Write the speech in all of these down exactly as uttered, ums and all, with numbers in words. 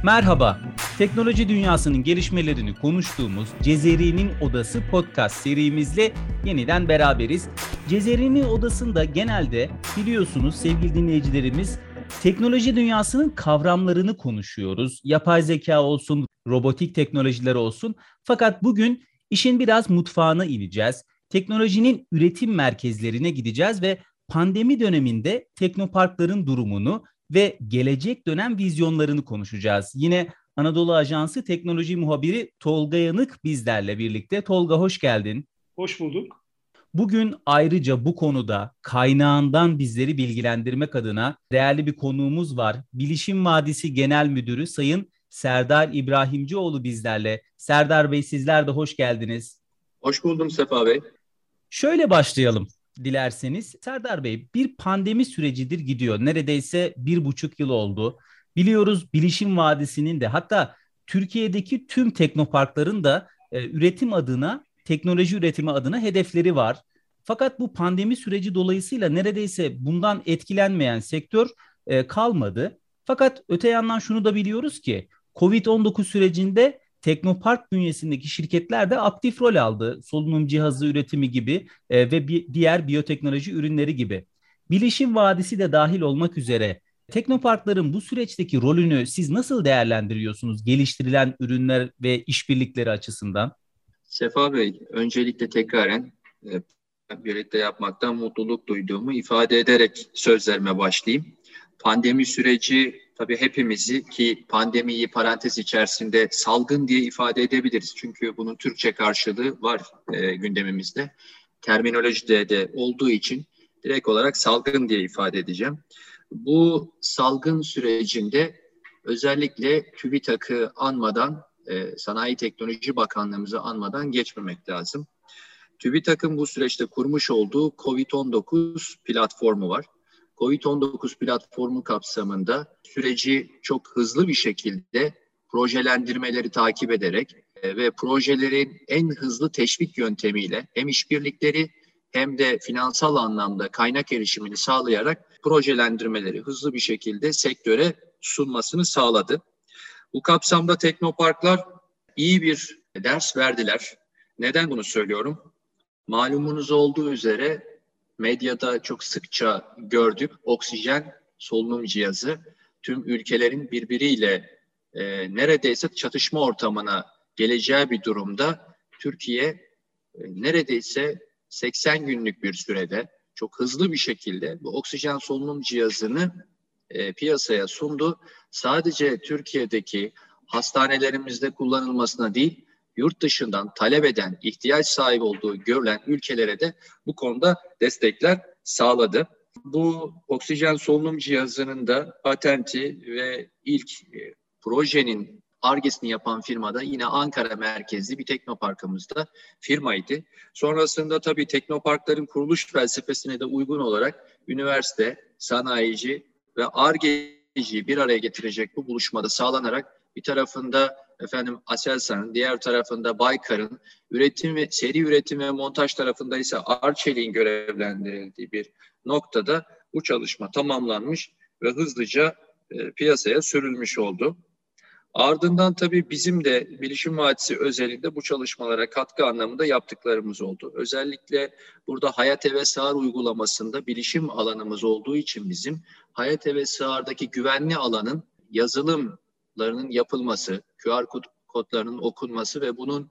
Merhaba, teknoloji dünyasının gelişmelerini konuştuğumuz Cezeri'nin Odası podcast serimizle yeniden beraberiz. Cezeri'nin Odası'nda genelde biliyorsunuz sevgili dinleyicilerimiz teknoloji dünyasının kavramlarını konuşuyoruz. Yapay zeka olsun, robotik teknolojiler olsun. Fakat bugün işin biraz mutfağına ineceğiz. Teknolojinin üretim merkezlerine gideceğiz ve pandemi döneminde teknoparkların durumunu ve gelecek dönem vizyonlarını konuşacağız. Yine Anadolu Ajansı teknoloji muhabiri Tolga Yanık bizlerle birlikte. Tolga hoş geldin. Hoş bulduk. Bugün ayrıca bu konuda kaynağından bizleri bilgilendirmek adına değerli bir konuğumuz var. Bilişim Vadisi Genel Müdürü Sayın Serdar İbrahimcioğlu bizlerle. Serdar Bey sizler de hoş geldiniz. Hoş buldum Sefa Bey. Şöyle başlayalım dilerseniz. Serdar Bey, bir pandemi sürecidir gidiyor. Neredeyse bir buçuk yıl oldu. Biliyoruz Bilişim Vadisi'nin de hatta Türkiye'deki tüm teknoparkların da e, üretim adına, teknoloji üretimi adına hedefleri var. Fakat bu pandemi süreci dolayısıyla neredeyse bundan etkilenmeyen sektör e, kalmadı. Fakat öte yandan şunu da biliyoruz ki covid on dokuz sürecinde Teknopark bünyesindeki şirketler de aktif rol aldı. Solunum cihazı üretimi gibi e, ve bi- diğer biyoteknoloji ürünleri gibi. Bilişim Vadisi de dahil olmak üzere teknoparkların bu süreçteki rolünü siz nasıl değerlendiriyorsunuz geliştirilen ürünler ve işbirlikleri açısından? Sefa Bey, öncelikle tekraren e, birlikte yapmaktan mutluluk duyduğumu ifade ederek sözlerime başlayayım. Pandemi süreci tabii hepimizi, ki pandemiyi parantez içerisinde salgın diye ifade edebiliriz. Çünkü bunun Türkçe karşılığı var e, gündemimizde. Terminolojide de olduğu için direkt olarak salgın diye ifade edeceğim. Bu salgın sürecinde özellikle TÜBİTAK'ı anmadan, e, Sanayi Teknoloji Bakanlığımızı anmadan geçmemek lazım. TÜBİTAK'ın bu süreçte kurmuş olduğu covid on dokuz platformu var. covid on dokuz platformu kapsamında süreci çok hızlı bir şekilde projelendirmeleri takip ederek e, ve projelerin en hızlı teşvik yöntemiyle hem işbirlikleri hem de finansal anlamda kaynak erişimini sağlayarak projelendirmeleri hızlı bir şekilde sektöre sunmasını sağladı. Bu kapsamda teknoparklar iyi bir ders verdiler. Neden bunu söylüyorum? Malumunuz olduğu üzere medyada çok sıkça gördük, oksijen solunum cihazı tüm ülkelerin birbiriyle e, neredeyse çatışma ortamına geleceği bir durumda Türkiye e, neredeyse seksen günlük bir sürede çok hızlı bir şekilde bu oksijen solunum cihazını e, piyasaya sundu. Sadece Türkiye'deki hastanelerimizde kullanılmasına değil, yurt dışından talep eden, ihtiyaç sahibi olduğu görülen ülkelere de bu konuda destekler sağladı. Bu oksijen solunum cihazının da patenti ve ilk e, projenin Ar-Ge'sini yapan firmada yine Ankara merkezli bir teknoparkımızda firmaydı. Sonrasında tabii teknoparkların kuruluş felsefesine de uygun olarak üniversite, sanayici ve Ar-Ge'ciyi bir araya getirecek bu buluşmada sağlanarak bir tarafında efendim Aselsan'ın, diğer tarafında Baykar'ın, üretim ve seri üretim ve montaj tarafında ise Arçelik'in görevlendirildiği bir noktada bu çalışma tamamlanmış ve hızlıca e, piyasaya sürülmüş oldu. Ardından tabii bizim de Bilişim Vadisi özelinde bu çalışmalara katkı anlamında yaptıklarımız oldu. Özellikle burada Hayat Eve Sığar uygulamasında bilişim alanımız olduğu için bizim Hayat Eve Sığar'daki güvenli alanın yazılımlarının yapılması, Q R kod, kodlarının okunması ve bunun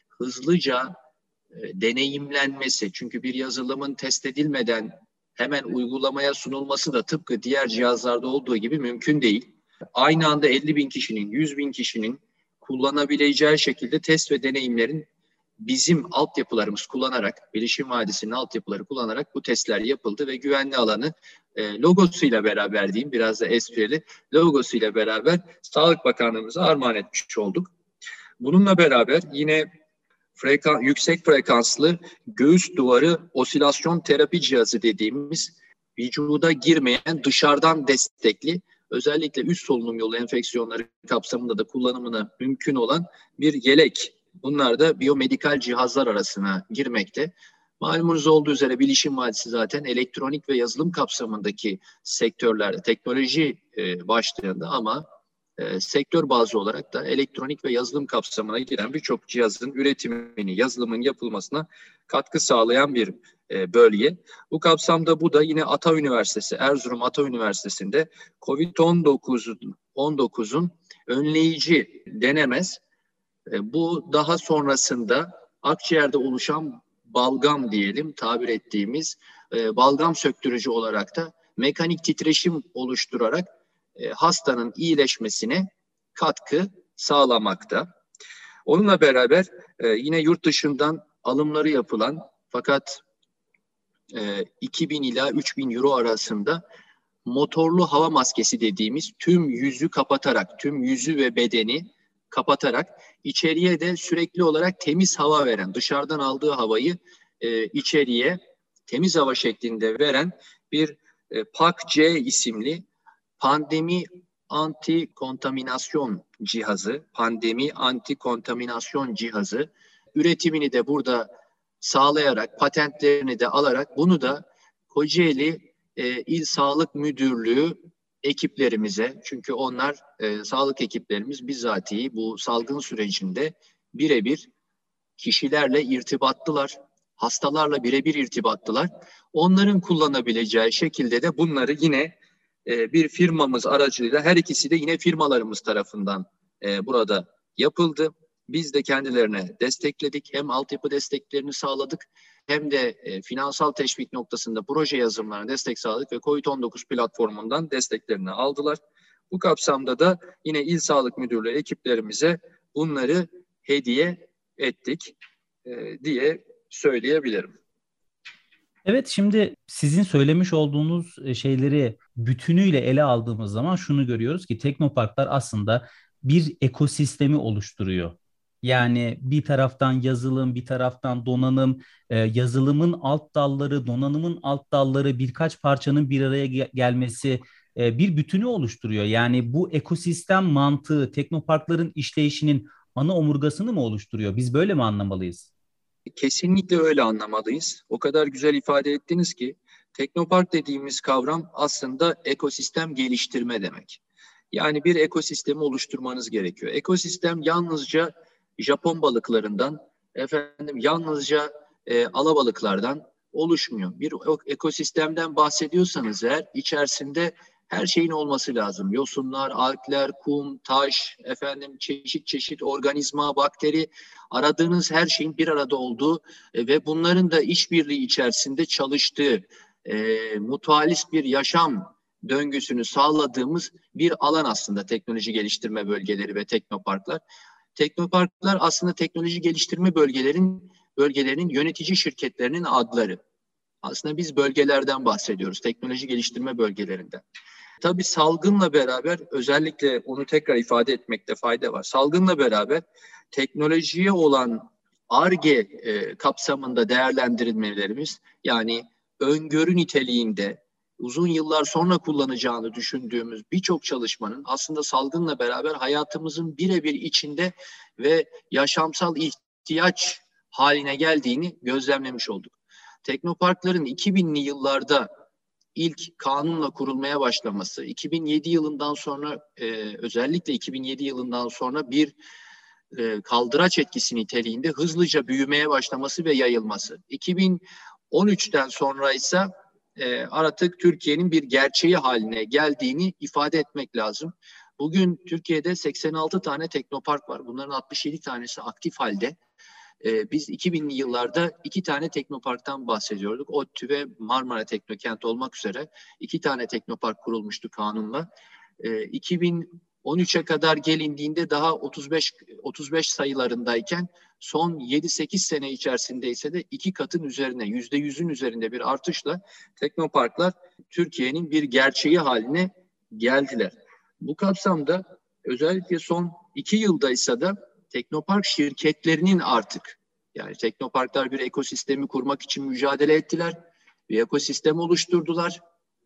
hızlıca e, deneyimlenmesi. Çünkü bir yazılımın test edilmeden hemen uygulamaya sunulması da tıpkı diğer cihazlarda olduğu gibi mümkün değil. Aynı anda elli bin kişinin, yüz bin kişinin kullanabileceği şekilde test ve deneyimlerin bizim altyapılarımız kullanarak, Bilişim Vadisi'nin altyapıları kullanarak bu testler yapıldı ve güvenli alanı e, logosuyla beraber diyeyim, biraz da esprili, logosuyla beraber Sağlık Bakanlığımıza armağan etmiş olduk. Bununla beraber yine frekan, yüksek frekanslı göğüs duvarı osilasyon terapi cihazı dediğimiz vücuda girmeyen dışarıdan destekli, özellikle üst solunum yolu enfeksiyonları kapsamında da kullanımına mümkün olan bir yelek. Bunlar da biyomedikal cihazlar arasına girmekte. Malumunuz olduğu üzere Bilişim Vadisi zaten elektronik ve yazılım kapsamındaki sektörlerde, teknoloji e, başlığında ama e, sektör bazlı olarak da elektronik ve yazılım kapsamına giren birçok cihazın üretimini, yazılımın yapılmasına katkı sağlayan bir e, bölge. Bu kapsamda bu da yine Ata Üniversitesi, Erzurum Ata Üniversitesi'nde kovid on dokuzun önleyici denemez. E, bu daha sonrasında akciğerde oluşan balgam diyelim, tabir ettiğimiz e, balgam söktürücü olarak da mekanik titreşim oluşturarak e, hastanın iyileşmesine katkı sağlamakta. Onunla beraber e, yine yurt dışından alımları yapılan fakat e, iki bin ila üç bin euro arasında motorlu hava maskesi dediğimiz tüm yüzü kapatarak, tüm yüzü ve bedeni kapatarak içeriye de sürekli olarak temiz hava veren, dışarıdan aldığı havayı e, içeriye temiz hava şeklinde veren bir e, P A C-C isimli pandemi anti-kontaminasyon cihazı, pandemi anti-kontaminasyon cihazı üretimini de burada sağlayarak, patentlerini de alarak bunu da Kocaeli e, İl Sağlık Müdürlüğü ekiplerimize, çünkü onlar e, sağlık ekiplerimiz bizatihi bu salgın sürecinde birebir kişilerle irtibattılar, hastalarla birebir irtibattılar. Onların kullanabileceği şekilde de bunları yine e, bir firmamız aracılığıyla, her ikisi de yine firmalarımız tarafından e, burada yapıldı. Biz de kendilerine destekledik. Hem altyapı desteklerini sağladık hem de e, finansal teşvik noktasında proje yazımlarına destek sağladık ve kovid on dokuz platformundan desteklerini aldılar. Bu kapsamda da yine İl Sağlık Müdürlüğü ekiplerimize bunları hediye ettik e, diye söyleyebilirim. Evet, şimdi sizin söylemiş olduğunuz e, şeyleri bütünüyle ele aldığımız zaman şunu görüyoruz ki teknoparklar aslında bir ekosistemi oluşturuyor. Yani bir taraftan yazılım, bir taraftan donanım, e, yazılımın alt dalları, donanımın alt dalları, birkaç parçanın bir araya ge- gelmesi e, bir bütünü oluşturuyor. Yani bu ekosistem mantığı teknoparkların işleyişinin ana omurgasını mı oluşturuyor? Biz böyle mi anlamalıyız? Kesinlikle öyle anlamalıyız. O kadar güzel ifade ettiniz ki teknopark dediğimiz kavram aslında ekosistem geliştirme demek. Yani bir ekosistemi oluşturmanız gerekiyor. Ekosistem yalnızca Japon balıklarından, efendim yalnızca e, alabalıklardan oluşmuyor. Bir ekosistemden bahsediyorsanız eğer içerisinde her şeyin olması lazım. Yosunlar, algler, kum, taş, efendim çeşit çeşit organizma, bakteri, aradığınız her şeyin bir arada olduğu e, ve bunların da işbirliği içerisinde çalıştığı e, mutualist bir yaşam döngüsünü sağladığımız bir alan aslında teknoloji geliştirme bölgeleri ve teknoparklar. Teknoparklar aslında teknoloji geliştirme bölgelerin bölgelerinin yönetici şirketlerinin adları. Aslında biz bölgelerden bahsediyoruz, teknoloji geliştirme bölgelerinden. Tabii salgınla beraber, özellikle onu tekrar ifade etmekte fayda var. Salgınla beraber teknolojiye olan Ar-Ge e, kapsamında değerlendirmelerimiz, yani öngörü niteliğinde uzun yıllar sonra kullanacağını düşündüğümüz birçok çalışmanın aslında salgınla beraber hayatımızın birebir içinde ve yaşamsal ihtiyaç haline geldiğini gözlemlemiş olduk. Teknoparkların iki binli yıllarda ilk kanunla kurulmaya başlaması, iki bin yedi yılından sonra e, özellikle iki bin yedi yılından sonra bir e, kaldıraç etkisi niteliğinde hızlıca büyümeye başlaması ve yayılması. iki bin on üçten sonra ise e, artık Türkiye'nin bir gerçeği haline geldiğini ifade etmek lazım. Bugün Türkiye'de seksen altı tane teknopark var. Bunların altmış yedi tanesi aktif halde. Ee, biz iki binli yıllarda iki tane teknoparktan bahsediyorduk. ODTÜ ve Marmara Teknokent olmak üzere iki tane teknopark kurulmuştu kanunla. Ee, iki bin on üçe kadar gelindiğinde daha otuz beş otuz beş sayılarındayken son yedi sekiz sene içerisinde ise de iki katın üzerine, yüzde yüzün üzerinde bir artışla teknoparklar Türkiye'nin bir gerçeği haline geldiler. Bu kapsamda özellikle son iki yılda ise de teknopark şirketlerinin artık, yani teknoparklar bir ekosistemi kurmak için mücadele ettiler. Bir ekosistem oluşturdular.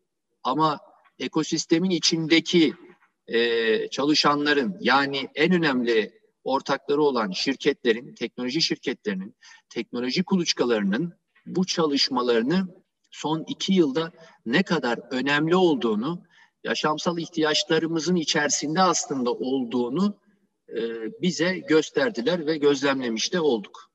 Ama ekosistemin içindeki e, çalışanların, yani en önemli ortakları olan şirketlerin, teknoloji şirketlerinin, teknoloji kuluçkalarının bu çalışmalarını son iki yılda ne kadar önemli olduğunu yaşamsal ihtiyaçlarımızın içerisinde aslında olduğunu e, bize gösterdiler ve gözlemlemiş de olduk.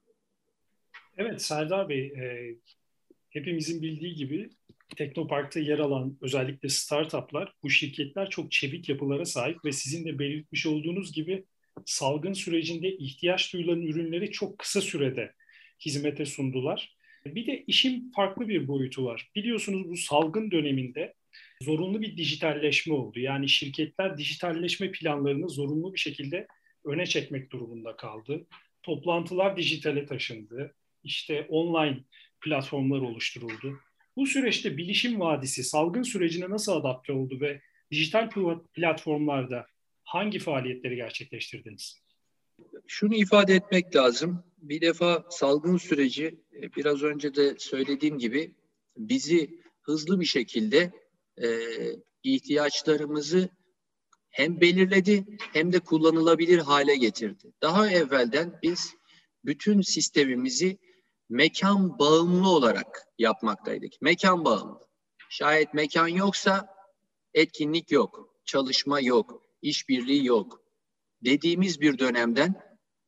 Evet Serdar Bey, e, hepimizin bildiği gibi Teknopark'ta yer alan özellikle startuplar, bu şirketler çok çevik yapılara sahip ve sizin de belirtmiş olduğunuz gibi salgın sürecinde ihtiyaç duyulan ürünleri çok kısa sürede hizmete sundular. Bir de işin farklı bir boyutu var. Biliyorsunuz bu salgın döneminde zorunlu bir dijitalleşme oldu. Yani şirketler dijitalleşme planlarını zorunlu bir şekilde öne çekmek durumunda kaldı. Toplantılar dijitale taşındı. İşte online platformlar oluşturuldu. Bu süreçte Bilişim Vadisi salgın sürecine nasıl adapte oldu ve dijital platformlarda hangi faaliyetleri gerçekleştirdiniz? Şunu ifade etmek lazım. Bir defa salgın süreci biraz önce de söylediğim gibi bizi hızlı bir şekilde e, ihtiyaçlarımızı hem belirledi hem de kullanılabilir hale getirdi. Daha evvelden biz bütün sistemimizi mekan bağımlı olarak yapmaktaydık. Mekan bağımlı. Şayet mekan yoksa etkinlik yok, çalışma yok, işbirliği yok dediğimiz bir dönemden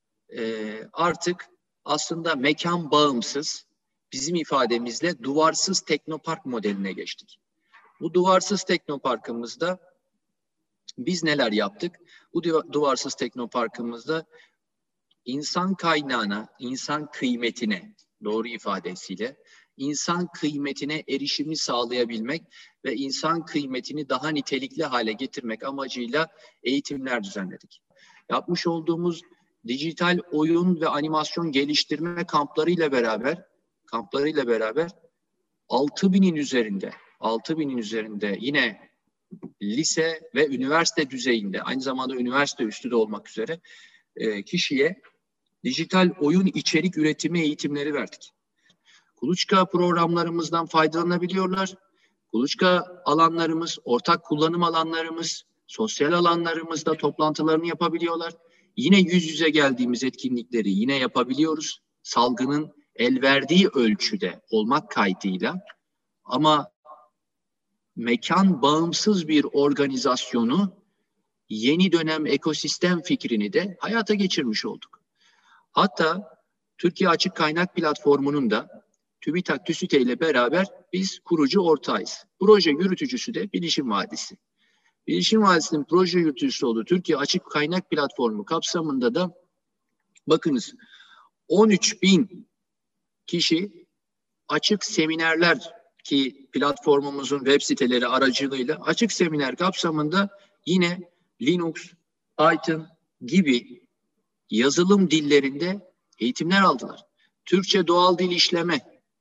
e, artık aslında mekan bağımsız, bizim ifademizle duvarsız teknopark modeline geçtik. Bu duvarsız teknoparkımızda biz neler yaptık? Bu duvarsız teknoparkımızda insan kaynağına, insan kıymetine, doğru ifadesiyle, insan kıymetine erişimi sağlayabilmek ve insan kıymetini daha nitelikli hale getirmek amacıyla eğitimler düzenledik. Yapmış olduğumuz dijital oyun ve animasyon geliştirme kamplarıyla beraber, kamplarıyla beraber altı binin üzerinde, altı binin üzerinde yine lise ve üniversite düzeyinde, aynı zamanda üniversite üstü de olmak üzere e, kişiye dijital oyun içerik üretimi eğitimleri verdik. Kuluçka programlarımızdan faydalanabiliyorlar. Kuluçka alanlarımız, ortak kullanım alanlarımız, sosyal alanlarımızda toplantılarını yapabiliyorlar. Yine yüz yüze geldiğimiz etkinlikleri yine yapabiliyoruz. Salgının el verdiği ölçüde olmak kaydıyla. Ama mekan bağımsız bir organizasyonu, yeni dönem ekosistem fikrini de hayata geçirmiş olduk. Hatta Türkiye Açık Kaynak Platformu'nun da TÜBİTAK TÜSİTE ile beraber biz kurucu ortağıyız. Proje yürütücüsü de Bilişim Vadisi. Bilişim Vadisi'nin proje yürütücüsü olduğu Türkiye Açık Kaynak Platformu kapsamında da bakınız on üç bin kişi açık seminerler, ki platformumuzun web siteleri aracılığıyla açık seminer kapsamında yine Linux, Python gibi yazılım dillerinde eğitimler aldılar. Türkçe doğal dil işleme,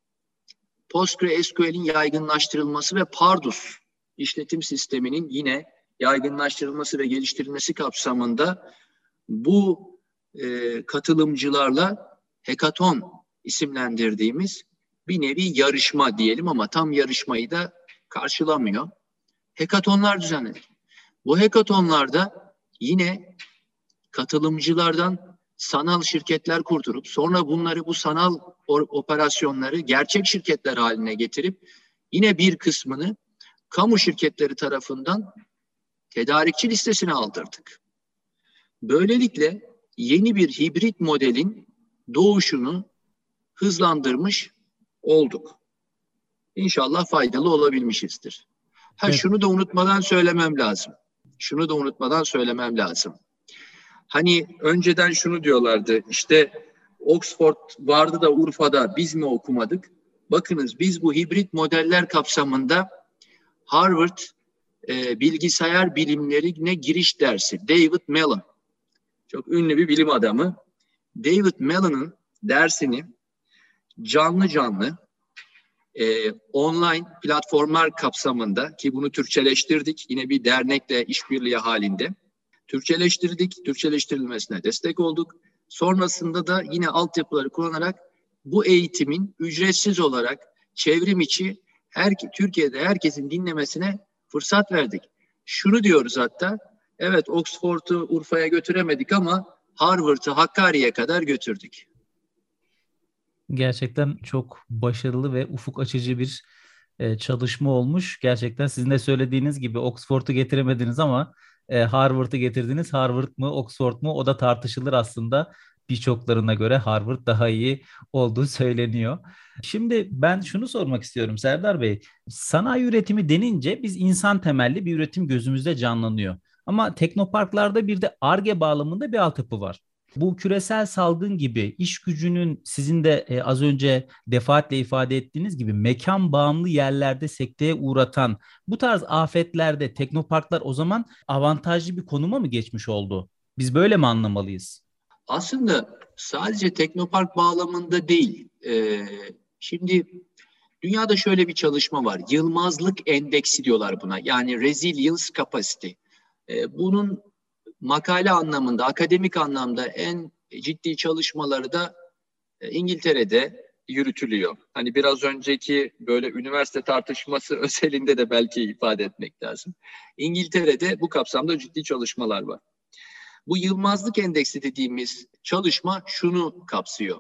PostgreSQL'in yaygınlaştırılması ve Pardus işletim sisteminin yine yaygınlaştırılması ve geliştirilmesi kapsamında bu e, katılımcılarla hackathon isimlendirdiğimiz bir nevi yarışma diyelim ama tam yarışmayı da karşılamıyor. Hackathonlar düzenledik. Bu hackathonlarda yine katılımcılardan sanal şirketler kurdurup sonra bunları bu sanal operasyonları gerçek şirketler haline getirip yine bir kısmını kamu şirketleri tarafından tedarikçi listesine aldırdık. Böylelikle yeni bir hibrit modelin doğuşunu hızlandırmış olduk. İnşallah faydalı olabilmişizdir. Ha evet. Şunu da unutmadan söylemem lazım. Şunu da unutmadan söylemem lazım. Hani önceden şunu diyorlardı, işte Oxford vardı da Urfa'da biz mi okumadık? Bakınız biz bu hibrit modeller kapsamında Harvard e, bilgisayar bilimlerine giriş dersi, David Mellon, çok ünlü bir bilim adamı. David Mellon'ın dersini canlı canlı e, online platformlar kapsamında, ki bunu Türkçeleştirdik, yine bir dernekle işbirliği halinde Türkçeleştirdik, Türkçeleştirilmesine destek olduk. Sonrasında da yine altyapıları kullanarak bu eğitimin ücretsiz olarak çevrim içi her, Türkiye'de herkesin dinlemesine fırsat verdik. Şunu diyoruz hatta, evet Oxford'u Urfa'ya götüremedik ama Harvard'ı Hakkari'ye kadar götürdük. Gerçekten çok başarılı ve ufuk açıcı bir e, çalışma olmuş. Gerçekten sizin de söylediğiniz gibi Oxford'u getiremediniz ama e, Harvard'ı getirdiniz. Harvard mı, Oxford mu? O da tartışılır aslında. Birçoklarına göre Harvard daha iyi olduğu söyleniyor. Şimdi ben şunu sormak istiyorum Serdar Bey. Sanayi üretimi denince biz insan temelli bir üretim gözümüzde canlanıyor. Ama teknoparklarda bir de Ar-Ge bağlamında bir altyapı var. Bu küresel salgın gibi iş gücünün sizin de e, az önce defaatle ifade ettiğiniz gibi mekan bağımlı yerlerde sekteye uğratan bu tarz afetlerde teknoparklar o zaman avantajlı bir konuma mı geçmiş oldu? Biz böyle mi anlamalıyız? Aslında sadece teknopark bağlamında değil. Ee, şimdi dünyada şöyle bir çalışma var. Yılmazlık endeksi diyorlar buna. Yani resilience capacity. Ee, bunun makale anlamında, akademik anlamda en ciddi çalışmaları da e, İngiltere'de yürütülüyor. Hani biraz önceki böyle üniversite tartışması özelinde de belki ifade etmek lazım. İngiltere'de bu kapsamda ciddi çalışmalar var. Bu Yılmazlık endeksi dediğimiz çalışma şunu kapsıyor.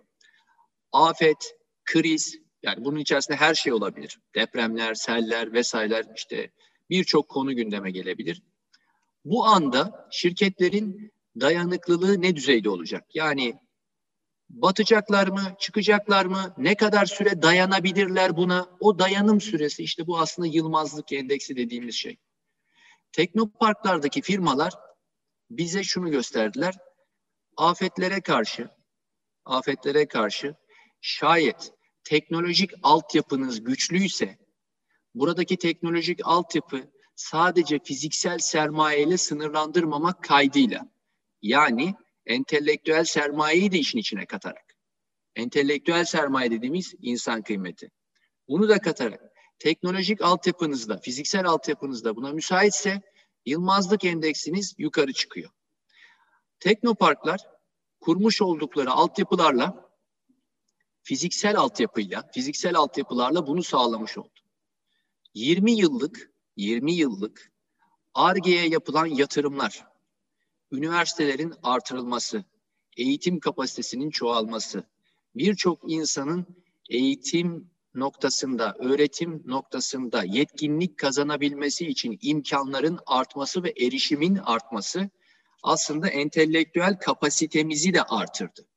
Afet, kriz, yani bunun içerisinde her şey olabilir. Depremler, seller vesaireler, işte birçok konu gündeme gelebilir. Bu anda şirketlerin dayanıklılığı ne düzeyde olacak? Yani batacaklar mı, çıkacaklar mı, ne kadar süre dayanabilirler buna? O dayanım süresi, işte bu aslında Yılmazlık endeksi dediğimiz şey. Teknoparklardaki firmalar bize şunu gösterdiler. Afetlere karşı, afetlere karşı şayet teknolojik altyapınız güçlüyse, buradaki teknolojik altyapı sadece fiziksel sermayeyle sınırlandırmamak kaydıyla, yani entelektüel sermayeyi de işin içine katarak, entelektüel sermaye dediğimiz insan kıymeti, bunu da katarak teknolojik altyapınızda, fiziksel altyapınızda buna müsaitse Yılmazlık endeksiniz yukarı çıkıyor. Teknoparklar kurmuş oldukları altyapılarla, fiziksel altyapıyla, fiziksel altyapılarla bunu sağlamış oldu. yirmi yıllık, yirmi yıllık Ar-Ge'ye yapılan yatırımlar, üniversitelerin artırılması, eğitim kapasitesinin çoğalması, birçok insanın eğitim noktasında, öğretim noktasında yetkinlik kazanabilmesi için imkanların artması ve erişimin artması aslında entelektüel kapasitemizi de artırdı.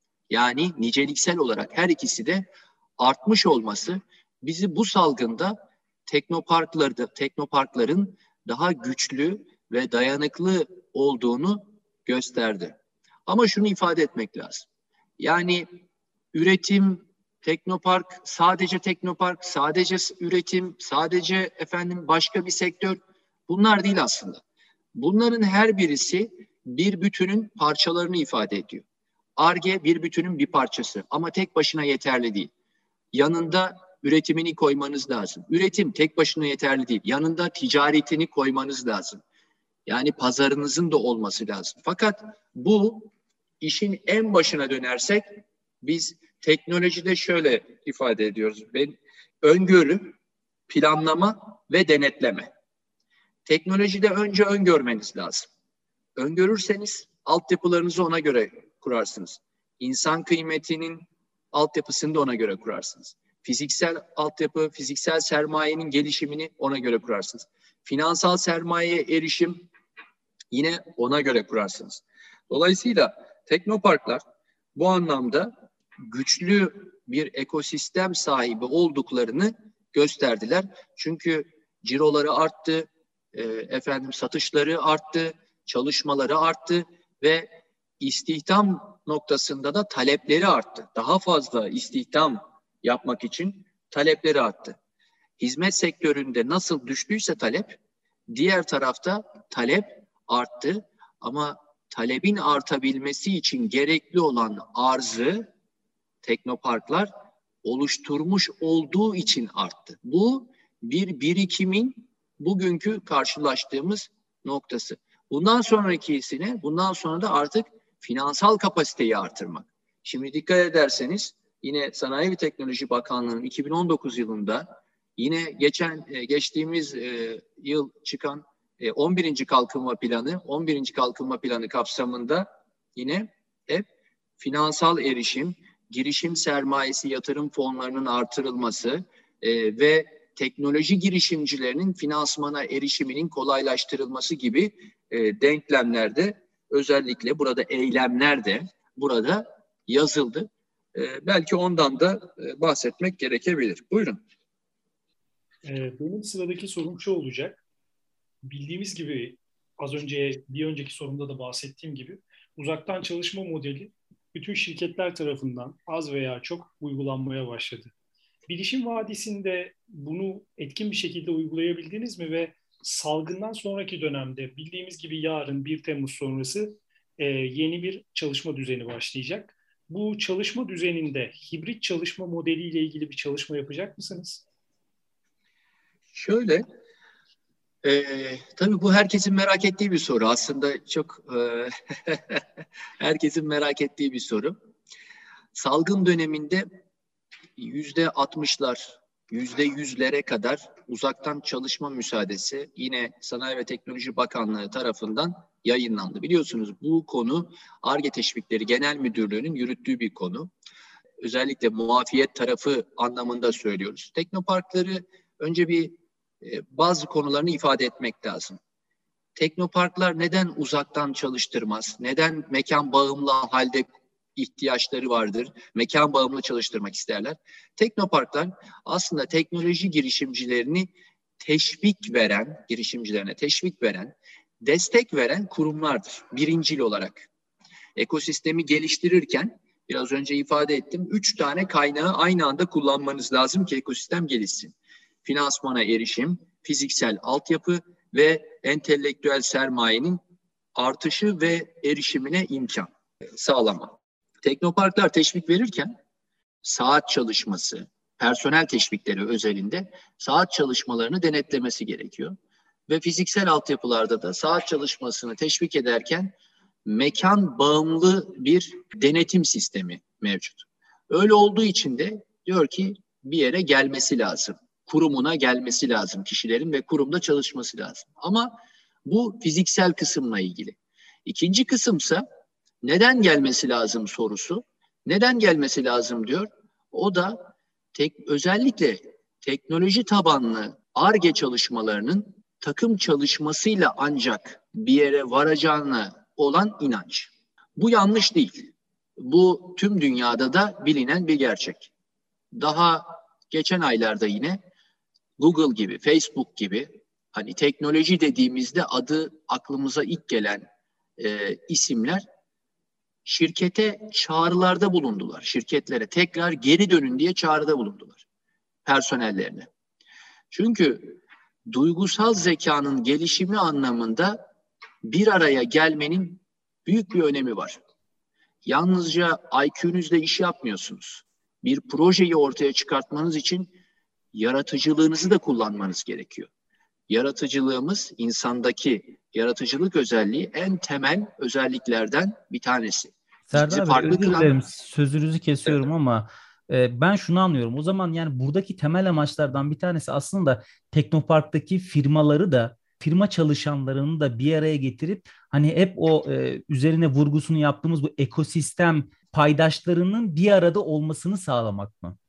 Yani niceliksel olarak her ikisi de artmış olması bizi bu salgında teknoparklarda, teknoparkların daha güçlü ve dayanıklı olduğunu gösterdi. Ama şunu ifade etmek lazım. Yani üretim, teknopark, sadece teknopark, sadece üretim, sadece efendim başka bir sektör, bunlar değil aslında. Bunların her birisi bir bütünün parçalarını ifade ediyor. Ar-Ge bir bütünün bir parçası ama tek başına yeterli değil. Yanında üretimini koymanız lazım. Üretim tek başına yeterli değil. Yanında ticaretini koymanız lazım. Yani pazarınızın da olması lazım. Fakat bu işin en başına dönersek biz teknolojide şöyle ifade ediyoruz. Ben, öngörü, planlama ve denetleme. Teknolojide önce öngörmeniz lazım. Öngörürseniz altyapılarınızı ona göre kurarsınız. İnsan kıymetinin altyapısını da ona göre kurarsınız. Fiziksel altyapı, fiziksel sermayenin gelişimini ona göre kurarsınız. Finansal sermayeye erişim yine ona göre kurarsınız. Dolayısıyla teknoparklar bu anlamda güçlü bir ekosistem sahibi olduklarını gösterdiler. Çünkü ciroları arttı, e, efendim satışları arttı, çalışmaları arttı ve istihdam noktasında da talepleri arttı. Daha fazla istihdam yapmak için talepleri arttı. Hizmet sektöründe nasıl düştüyse talep, diğer tarafta talep arttı ama talebin artabilmesi için gerekli olan arzı teknoparklar oluşturmuş olduğu için arttı. Bu bir birikimin bugünkü karşılaştığımız noktası. Bundan sonrakisine, bundan sonra da artık finansal kapasiteyi artırmak. Şimdi dikkat ederseniz yine Sanayi ve Teknoloji Bakanlığı'nın iki bin on dokuz yılında yine geçen geçtiğimiz yıl çıkan on birinci kalkınma planı, on birinci kalkınma planı kapsamında yine hep finansal erişim, girişim sermayesi yatırım fonlarının artırılması e, ve teknoloji girişimcilerinin finansmana erişiminin kolaylaştırılması gibi e, denklemlerde, özellikle burada eylemler de burada yazıldı. E, belki ondan da e, bahsetmek gerekebilir. Buyurun. Ee, benim sıradaki sorum şu olacak. Bildiğimiz gibi az önce bir önceki sorumda da bahsettiğim gibi uzaktan çalışma modeli bütün şirketler tarafından az veya çok uygulanmaya başladı. Bilişim Vadisi'nde bunu etkin bir şekilde uygulayabildiniz mi ve salgından sonraki dönemde bildiğimiz gibi yarın bir Temmuz sonrası e, yeni bir çalışma düzeni başlayacak. Bu çalışma düzeninde hibrit çalışma modeliyle ilgili bir çalışma yapacak mısınız? Şöyle, e, tabii bu herkesin merak ettiği bir soru. Aslında çok e, herkesin merak ettiği bir soru. Salgın döneminde yüzde altmışlar, yüzde yüzlere kadar uzaktan çalışma müsaadesi yine Sanayi ve Teknoloji Bakanlığı tarafından yayınlandı. Biliyorsunuz bu konu Ar-Ge Teşvikleri Genel Müdürlüğü'nün yürüttüğü bir konu. Özellikle muafiyet tarafı anlamında söylüyoruz. Teknoparkları önce bir e, bazı konularını ifade etmek lazım. Teknoparklar neden uzaktan çalıştırmaz? Neden mekan bağımlı halde ihtiyaçları vardır? Mekan bağımlı çalıştırmak isterler. Teknoparklar aslında teknoloji girişimcilerini teşvik veren, girişimcilerine teşvik veren, destek veren kurumlardır. Birincil olarak. Ekosistemi geliştirirken biraz önce ifade ettim. Üç tane kaynağı aynı anda kullanmanız lazım ki ekosistem gelişsin. Finansmana erişim, fiziksel altyapı ve entelektüel sermayenin artışı ve erişimine imkan sağlama. Teknoparklar teşvik verirken saat çalışması, personel teşvikleri özelinde saat çalışmalarını denetlemesi gerekiyor. Ve fiziksel altyapılarda da saat çalışmasını teşvik ederken mekan bağımlı bir denetim sistemi mevcut. Öyle olduğu için de diyor ki bir yere gelmesi lazım. Kurumuna gelmesi lazım kişilerin ve kurumda çalışması lazım. Ama bu fiziksel kısımla ilgili. İkinci kısımsa neden gelmesi lazım sorusu. Neden gelmesi lazım diyor. O da tek, özellikle teknoloji tabanlı Ar-Ge çalışmalarının takım çalışmasıyla ancak bir yere varacağına olan inanç. Bu yanlış değil. Bu tüm dünyada da bilinen bir gerçek. Daha geçen aylarda yine Google gibi, Facebook gibi hani teknoloji dediğimizde adı aklımıza ilk gelen e, isimler şirkete çağrılarda bulundular. Şirketlere tekrar geri dönün diye çağrıda bulundular personellerine. Çünkü duygusal zekanın gelişimi anlamında bir araya gelmenin büyük bir önemi var. Yalnızca I Q'nuzle iş yapmıyorsunuz. Bir projeyi ortaya çıkartmanız için yaratıcılığınızı da kullanmanız gerekiyor. Yaratıcılığımız insandaki yaratıcılık özelliği en temel özelliklerden bir tanesi. Serdar Bey, özür dilerim sözünüzü kesiyorum evet. ama e, ben şunu anlıyorum. O zaman yani buradaki temel amaçlardan bir tanesi aslında Teknopark'taki firmaları da firma çalışanlarını da bir araya getirip hani hep o e, üzerine vurgusunu yaptığımız bu ekosistem paydaşlarının bir arada olmasını sağlamak mı?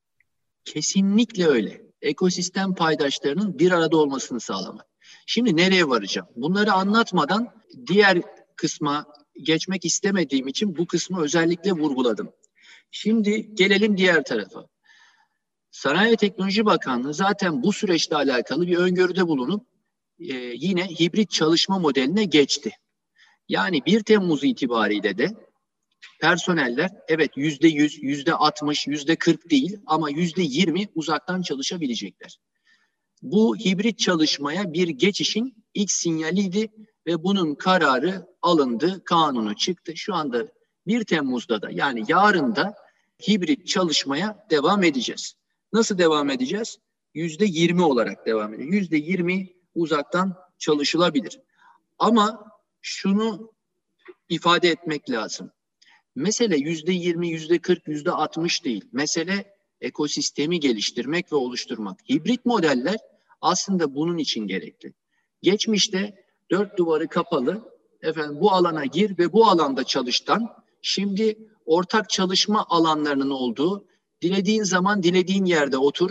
Kesinlikle öyle. Ekosistem paydaşlarının bir arada olmasını sağlamak. Şimdi nereye varacağım? Bunları anlatmadan diğer kısma geçmek istemediğim için bu kısmı özellikle vurguladım. Şimdi gelelim diğer tarafa. Sanayi ve Teknoloji Bakanlığı zaten bu süreçle alakalı bir öngörüde bulunup e, yine hibrit çalışma modeline geçti. Yani bir Temmuz itibariyle de personeller evet yüzde yüz, yüzde altmış, yüzde kırk değil ama yüzde yirmi uzaktan çalışabilecekler. Bu hibrit çalışmaya bir geçişin ilk sinyaliydi ve bunun kararı alındı, kanunu çıktı. Şu anda bir Temmuz'da da yani yarın da hibrit çalışmaya devam edeceğiz. Nasıl devam edeceğiz? yüzde yirmi olarak devam edeceğiz. yüzde yirmi uzaktan çalışılabilir. Ama şunu ifade etmek lazım. Mesele yüzde yirmi, yüzde kırk, yüzde altmış değil. Mesele ekosistemi geliştirmek ve oluşturmak. Hibrit modeller aslında bunun için gerekli. Geçmişte dört duvarı kapalı, efendim bu alana gir ve bu alanda çalıştan, şimdi ortak çalışma alanlarının olduğu, dilediğin zaman dilediğin yerde otur,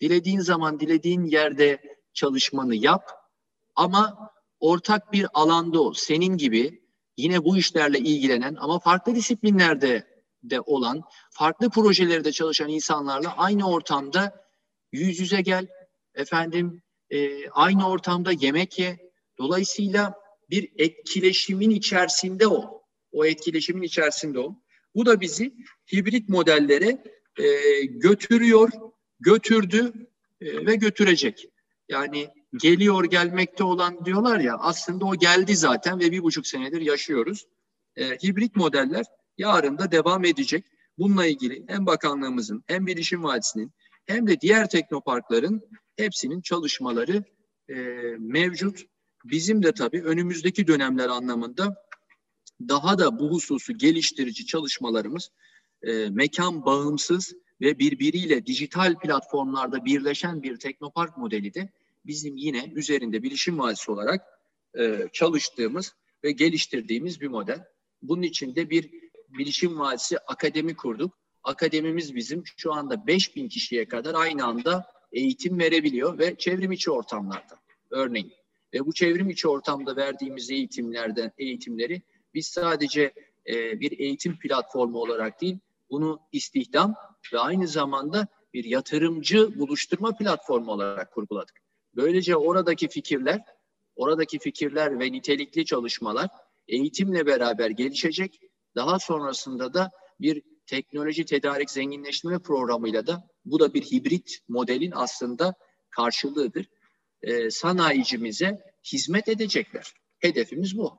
Dilediğin zaman, dilediğin yerde çalışmanı yap. Ama ortak bir alanda ol. Senin gibi yine bu işlerle ilgilenen ama farklı disiplinlerde de olan, farklı projelerde çalışan insanlarla aynı ortamda yüz yüze gel. Efendim e, aynı ortamda yemek ye. Dolayısıyla bir etkileşimin içerisinde ol. O etkileşimin içerisinde ol. Bu da bizi hibrit modellere e, götürüyor, götürdü e, ve götürecek. Yani geliyor, gelmekte olan diyorlar ya, aslında o geldi zaten ve bir buçuk senedir yaşıyoruz. E, hibrit modeller yarın da devam edecek. Bununla ilgili hem bakanlığımızın hem Bilişim Vadisi'nin hem de diğer teknoparkların hepsinin çalışmaları e, mevcut. Bizim de tabii önümüzdeki dönemler anlamında daha da bu hususu geliştirici çalışmalarımız e, mekan bağımsız ve birbiriyle dijital platformlarda birleşen bir teknopark modeli de bizim yine üzerinde Bilişim Vadisi olarak e, çalıştığımız ve geliştirdiğimiz bir model. Bunun için de bir Bilişim Vadisi akademi kurduk. Akademimiz bizim şu anda beş bin kişiye kadar aynı anda eğitim verebiliyor ve çevrim içi ortamlarda örneğin. Ve bu çevrim içi ortamda verdiğimiz eğitimlerden eğitimleri biz sadece e, bir eğitim platformu olarak değil, bunu istihdam ve aynı zamanda bir yatırımcı buluşturma platformu olarak kurguladık. Böylece oradaki fikirler, oradaki fikirler ve nitelikli çalışmalar eğitimle beraber gelişecek. Daha sonrasında da bir teknoloji tedarik zenginleştirme programıyla da bu da bir hibrit modelin aslında karşılığıdır. Ee, sanayicimize hizmet edecekler. Hedefimiz bu.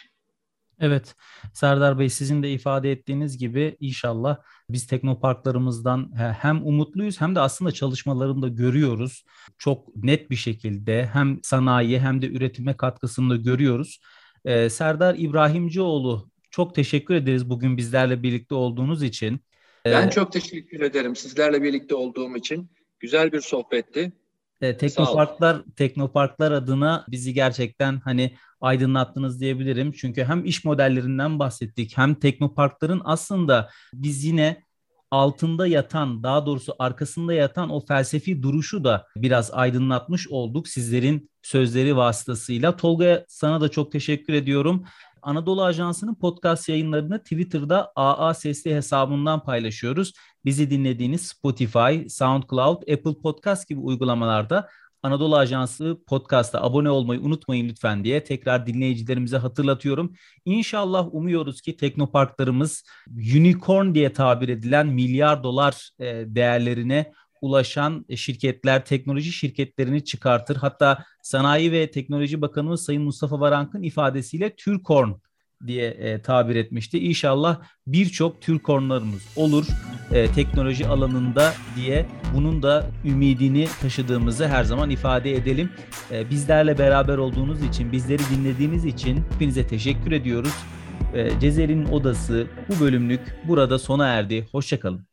Evet, Serdar Bey, sizin de ifade ettiğiniz gibi inşallah biz teknoparklarımızdan hem umutluyuz hem de aslında çalışmalarını da görüyoruz. Çok net bir şekilde hem sanayiye hem de üretime katkısını da görüyoruz. Ee, Serdar İbrahimcioğlu, çok teşekkür ederiz bugün bizlerle birlikte olduğunuz için. Ee, ben çok teşekkür ederim sizlerle birlikte olduğum için. Güzel bir sohbetti. E, teknoparklar teknoparklar adına bizi gerçekten hani aydınlattınız diyebilirim. Çünkü hem iş modellerinden bahsettik hem teknoparkların aslında biz yine altında yatan, daha doğrusu arkasında yatan o felsefi duruşu da biraz aydınlatmış olduk sizlerin sözleri vasıtasıyla. Tolga, sana da çok teşekkür ediyorum. Anadolu Ajansı'nın podcast yayınlarını Twitter'da A A Sesli hesabından paylaşıyoruz. Bizi dinlediğiniz Spotify, SoundCloud, Apple Podcast gibi uygulamalarda Anadolu Ajansı Podcast'a abone olmayı unutmayın lütfen diye tekrar dinleyicilerimize hatırlatıyorum. İnşallah umuyoruz ki teknoparklarımız unicorn diye tabir edilen milyar dolar değerlerine ulaşan şirketler, teknoloji şirketlerini çıkartır. Hatta Sanayi ve Teknoloji Bakanımız Sayın Mustafa Varank'ın ifadesiyle Türkorn diye e, tabir etmişti. İnşallah birçok Türkornlarımız olur e, teknoloji alanında diye bunun da ümidini taşıdığımızı her zaman ifade edelim. E, bizlerle beraber olduğunuz için, bizleri dinlediğiniz için hepinize teşekkür ediyoruz. E, Cezeri'nin Odası bu bölümlük burada sona erdi. Hoşça kalın.